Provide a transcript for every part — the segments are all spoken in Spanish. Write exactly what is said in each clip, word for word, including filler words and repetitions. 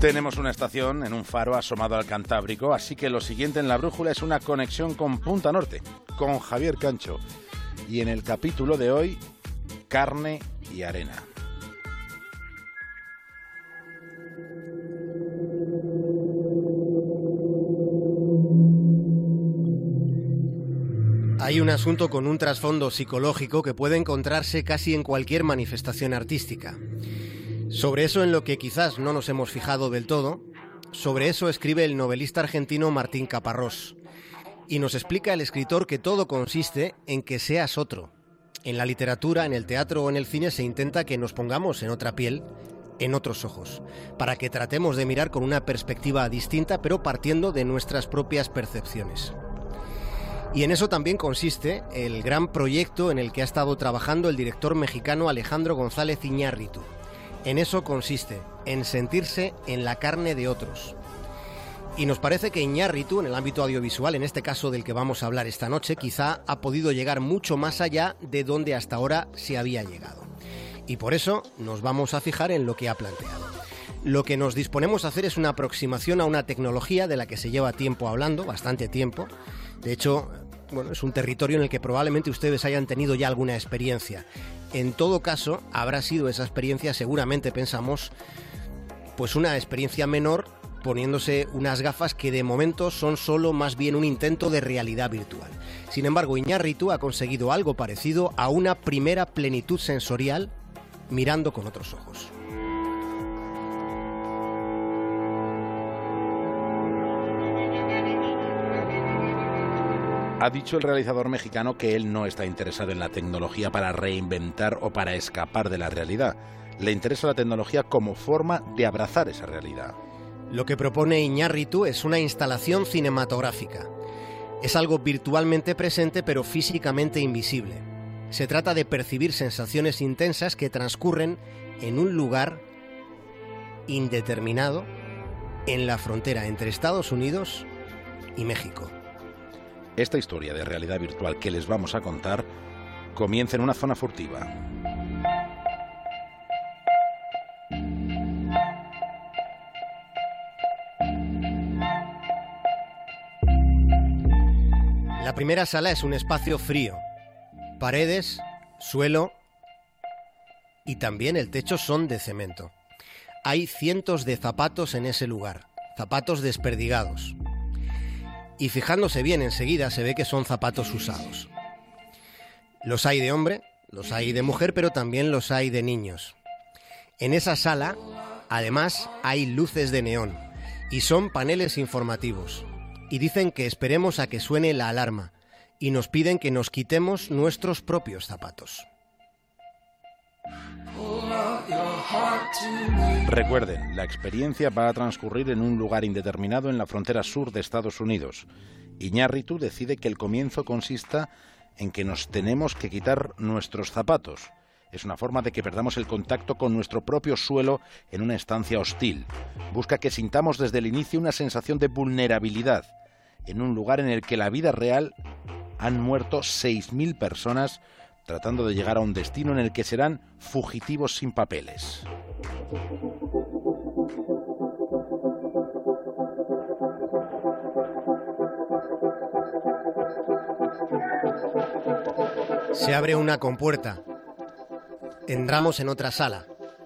Tenemos una estación en un faro asomado al Cantábrico, así que lo siguiente en la brújula es una conexión con Punta Norte, con Javier Cancho. Y en el capítulo de hoy, carne y arena. Hay un asunto con un trasfondo psicológico que puede encontrarse casi en cualquier manifestación artística. Sobre eso en lo que quizás no nos hemos fijado del todo, sobre eso escribe el novelista argentino Martín Caparrós. Y nos explica el escritor que todo consiste en que seas otro. En la literatura, en el teatro o en el cine se intenta que nos pongamos en otra piel, en otros ojos, para que tratemos de mirar con una perspectiva distinta, pero partiendo de nuestras propias percepciones. Y en eso también consiste el gran proyecto en el que ha estado trabajando el director mexicano Alejandro González Iñárritu. En eso consiste, en sentirse en la carne de otros. Y nos parece que Iñárritu, en el ámbito audiovisual, en este caso del que vamos a hablar esta noche, quizá ha podido llegar mucho más allá de donde hasta ahora se había llegado. Y por eso nos vamos a fijar en lo que ha planteado. Lo que nos disponemos a hacer es una aproximación a una tecnología de la que se lleva tiempo hablando, bastante tiempo. De hecho, bueno, es un territorio en el que probablemente ustedes hayan tenido ya alguna experiencia. En todo caso, habrá sido esa experiencia, seguramente pensamos, pues una experiencia menor, poniéndose unas gafas que de momento son solo más bien un intento de realidad virtual. Sin embargo, Iñárritu ha conseguido algo parecido a una primera plenitud sensorial mirando con otros ojos. Ha dicho el realizador mexicano que él no está interesado en la tecnología para reinventar o para escapar de la realidad. Le interesa la tecnología como forma de abrazar esa realidad. Lo que propone Iñárritu es una instalación cinematográfica. Es algo virtualmente presente pero físicamente invisible. Se trata de percibir sensaciones intensas que transcurren en un lugar indeterminado en la frontera entre Estados Unidos y México. Esta historia de realidad virtual que les vamos a contar comienza en una zona furtiva. La primera sala es un espacio frío. Paredes, suelo y también el techo son de cemento. Hay cientos de zapatos en ese lugar, zapatos desperdigados. Y fijándose bien enseguida se ve que son zapatos usados. Los hay de hombre, los hay de mujer, pero también los hay de niños. En esa sala, además, hay luces de neón y son paneles informativos. Y dicen que esperemos a que suene la alarma y nos piden que nos quitemos nuestros propios zapatos. Recuerden, la experiencia va a transcurrir en un lugar indeterminado en la frontera sur de Estados Unidos. Iñárritu decide que el comienzo consista en que nos tenemos que quitar nuestros zapatos. Es una forma de que perdamos el contacto con nuestro propio suelo en una estancia hostil. Busca que sintamos desde el inicio una sensación de vulnerabilidad, en un lugar en el que la vida real han muerto seis mil personas tratando de llegar a un destino en el que serán fugitivos sin papeles. Se abre una compuerta. Entramos en otra sala.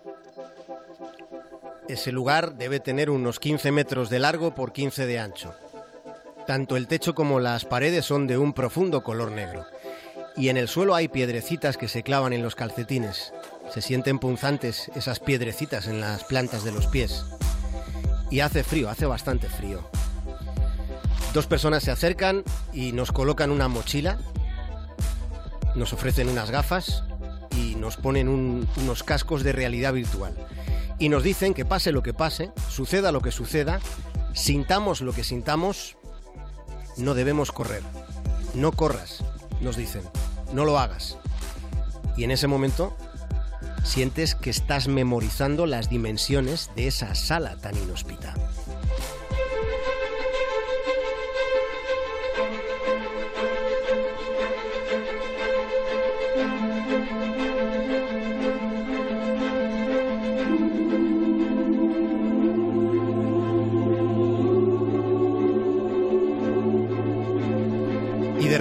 Ese lugar debe tener unos quince metros de largo por quince de ancho. Tanto el techo como las paredes son de un profundo color negro. Y en el suelo hay piedrecitas que se clavan en los calcetines. Se sienten punzantes esas piedrecitas en las plantas de los pies. Y hace frío, hace bastante frío. Dos personas se acercan y nos colocan una mochila, nos ofrecen unas gafas y nos ponen un, unos cascos de realidad virtual. Y nos dicen que pase lo que pase, suceda lo que suceda, sintamos lo que sintamos, no debemos correr. No corras, nos dicen, no lo hagas. Y en ese momento sientes que estás memorizando las dimensiones de esa sala tan inhóspita.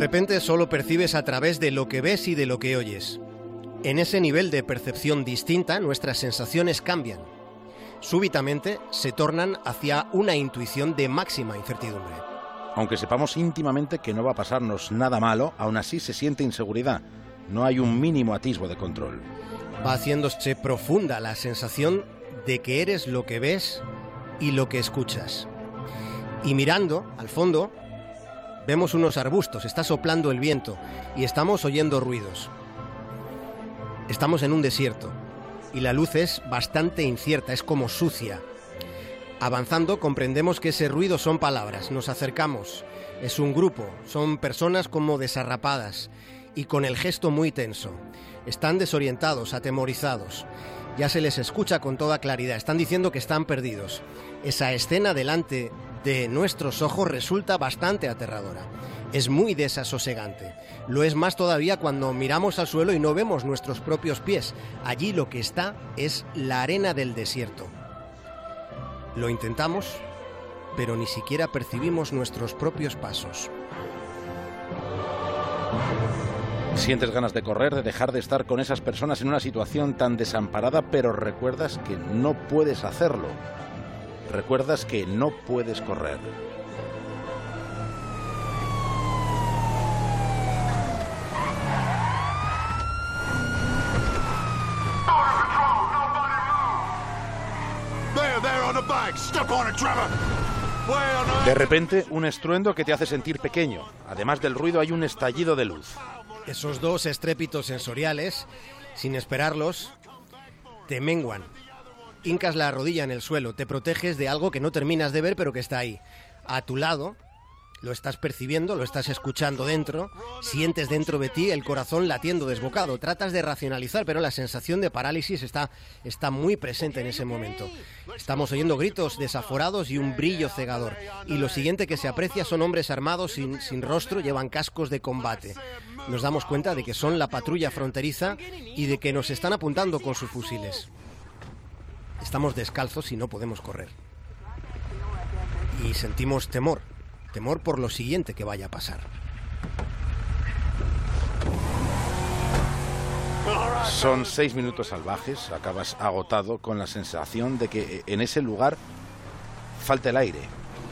repente solo percibes a través de lo que ves y de lo que oyes. En ese nivel de percepción distinta, nuestras sensaciones cambian. Súbitamente se tornan hacia una intuición de máxima incertidumbre. Aunque sepamos íntimamente que no va a pasarnos nada malo, aún así se siente inseguridad. No hay un mínimo atisbo de control. Va haciéndose profunda la sensación de que eres lo que ves y lo que escuchas. Y mirando al fondo, vemos unos arbustos, está soplando el viento y estamos oyendo ruidos. Estamos en un desierto y la luz es bastante incierta, es como sucia. Avanzando comprendemos que ese ruido son palabras, nos acercamos, es un grupo, son personas como desarrapadas y con el gesto muy tenso. Están desorientados, atemorizados. Ya se les escucha con toda claridad, están diciendo que están perdidos. Esa escena delante de nuestros ojos resulta bastante aterradora. Es muy desasosegante. Lo es más todavía cuando miramos al suelo y no vemos nuestros propios pies. Allí lo que está es la arena del desierto. Lo intentamos, pero ni siquiera percibimos nuestros propios pasos. Sientes ganas de correr, de dejar de estar con esas personas en una situación tan desamparada, pero recuerdas que no puedes hacerlo. Recuerdas que no puedes correr. De repente, un estruendo que te hace sentir pequeño. Además del ruido, hay un estallido de luz. Esos dos estrépitos sensoriales, sin esperarlos, te menguan. Hincas la rodilla en el suelo, te proteges de algo que no terminas de ver, pero que está ahí. A tu lado, lo estás percibiendo, lo estás escuchando dentro, sientes dentro de ti el corazón latiendo desbocado. Tratas de racionalizar, pero la sensación de parálisis está, está muy presente en ese momento. Estamos oyendo gritos desaforados y un brillo cegador. Y lo siguiente que se aprecia son hombres armados sin, sin rostro, llevan cascos de combate. Nos damos cuenta de que son la patrulla fronteriza y de que nos están apuntando con sus fusiles. Estamos descalzos y no podemos correr. Y sentimos temor, temor por lo siguiente que vaya a pasar. Son seis minutos salvajes, acabas agotado con la sensación de que en ese lugar falta el aire.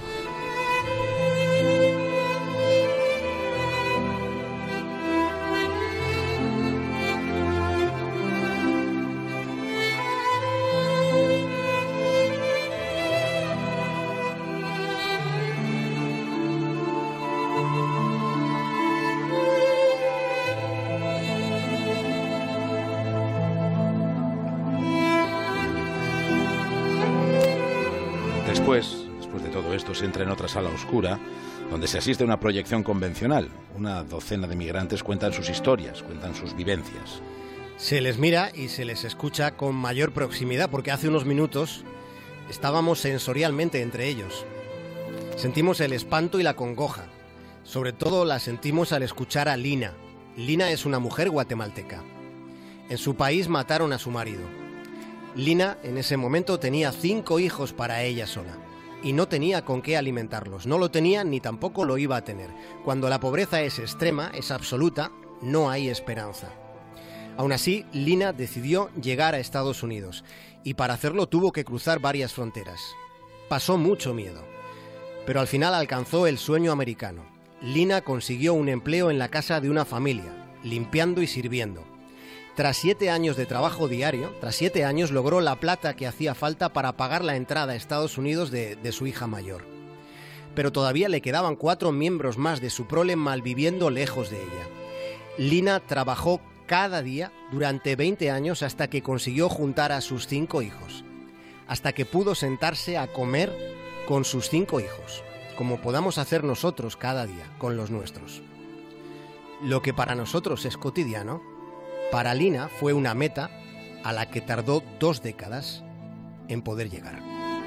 Después, después de todo esto, se entra en otra sala oscura, donde se asiste a una proyección convencional. Una docena de migrantes cuentan sus historias, cuentan sus vivencias. Se les mira y se les escucha con mayor proximidad, porque hace unos minutos estábamos sensorialmente entre ellos. Sentimos el espanto y la congoja. Sobre todo la sentimos al escuchar a Lina. Lina es una mujer guatemalteca. En su país mataron a su marido. Lina en ese momento tenía cinco hijos para ella sola y no tenía con qué alimentarlos. No lo tenía ni tampoco lo iba a tener. Cuando la pobreza es extrema, es absoluta, no hay esperanza. Aún así, Lina decidió llegar a Estados Unidos y para hacerlo tuvo que cruzar varias fronteras. Pasó mucho miedo, pero al final alcanzó el sueño americano. Lina consiguió un empleo en la casa de una familia, limpiando y sirviendo. Tras siete años de trabajo diario, tras siete años logró la plata que hacía falta para pagar la entrada a Estados Unidos de, de su hija mayor. Pero todavía le quedaban cuatro miembros más de su prole malviviendo lejos de ella. Lina trabajó cada día durante veinte años hasta que consiguió juntar a sus cinco hijos, hasta que pudo sentarse a comer con sus cinco hijos, como podamos hacer nosotros cada día con los nuestros. Lo que para nosotros es cotidiano, para Lina fue una meta a la que tardó dos décadas en poder llegar.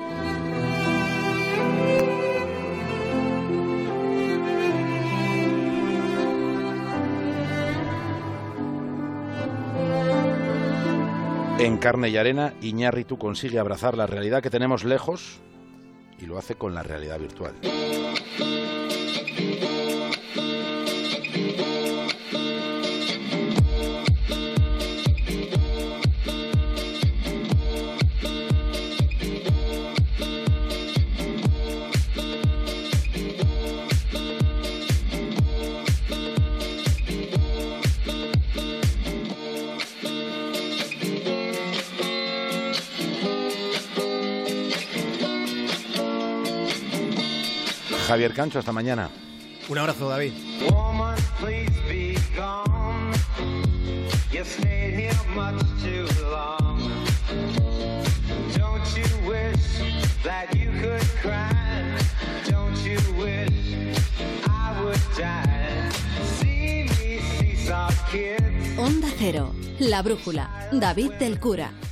En Carne y Arena, Iñárritu consigue abrazar la realidad que tenemos lejos y lo hace con la realidad virtual. Javier Cancho, hasta mañana. Un abrazo, David. Onda Cero, La Brújula, David del Cura.